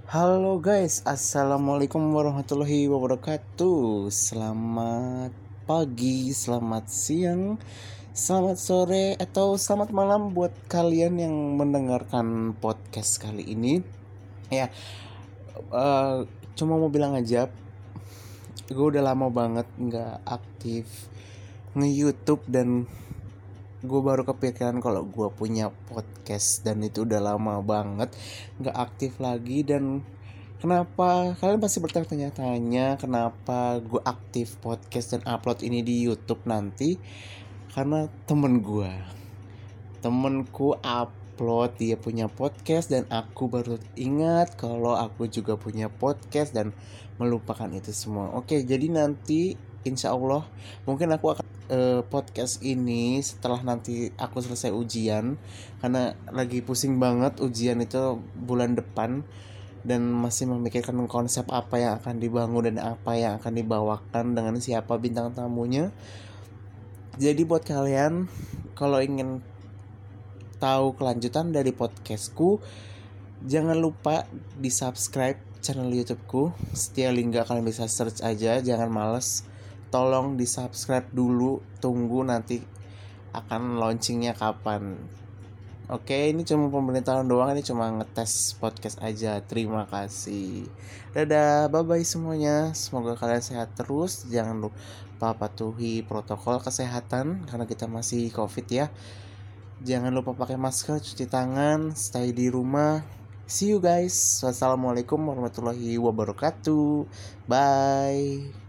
Halo guys, assalamualaikum warahmatullahi wabarakatuh. Selamat pagi, selamat siang, selamat sore, atau selamat malam buat kalian yang mendengarkan podcast kali ini. Ya, eh, cuma mau bilang aja, gue udah lama banget nggak aktif nge-YouTube dan gue baru kepikiran kalau gue punya podcast dan itu udah lama banget nggak aktif lagi. Dan kenapa kalian pasti bertanya-tanya kenapa gue aktif podcast dan upload ini di YouTube nanti? Karena temenku upload dia punya podcast dan aku baru ingat kalau aku juga punya podcast dan melupakan itu semua. Oke, jadi nanti insya Allah mungkin aku akan podcast ini setelah nanti aku selesai ujian, karena lagi pusing banget ujian itu bulan depan dan masih memikirkan konsep apa yang akan dibangun dan apa yang akan dibawakan dengan siapa bintang tamunya. Jadi buat kalian kalau ingin tahu kelanjutan dari podcastku, jangan lupa di subscribe channel YouTubeku. Setia Lingga, kalian bisa search aja, jangan males. Tolong di subscribe dulu, tunggu nanti akan launchingnya kapan. Oke, ini cuma pemberitahuan doang, ini cuma ngetes podcast aja. Terima kasih. Dadah, bye-bye semuanya. Semoga kalian sehat terus. Jangan lupa patuhi protokol kesehatan karena kita masih COVID ya. Jangan lupa pakai masker, cuci tangan, stay di rumah. See you guys. Wassalamualaikum warahmatullahi wabarakatuh. Bye.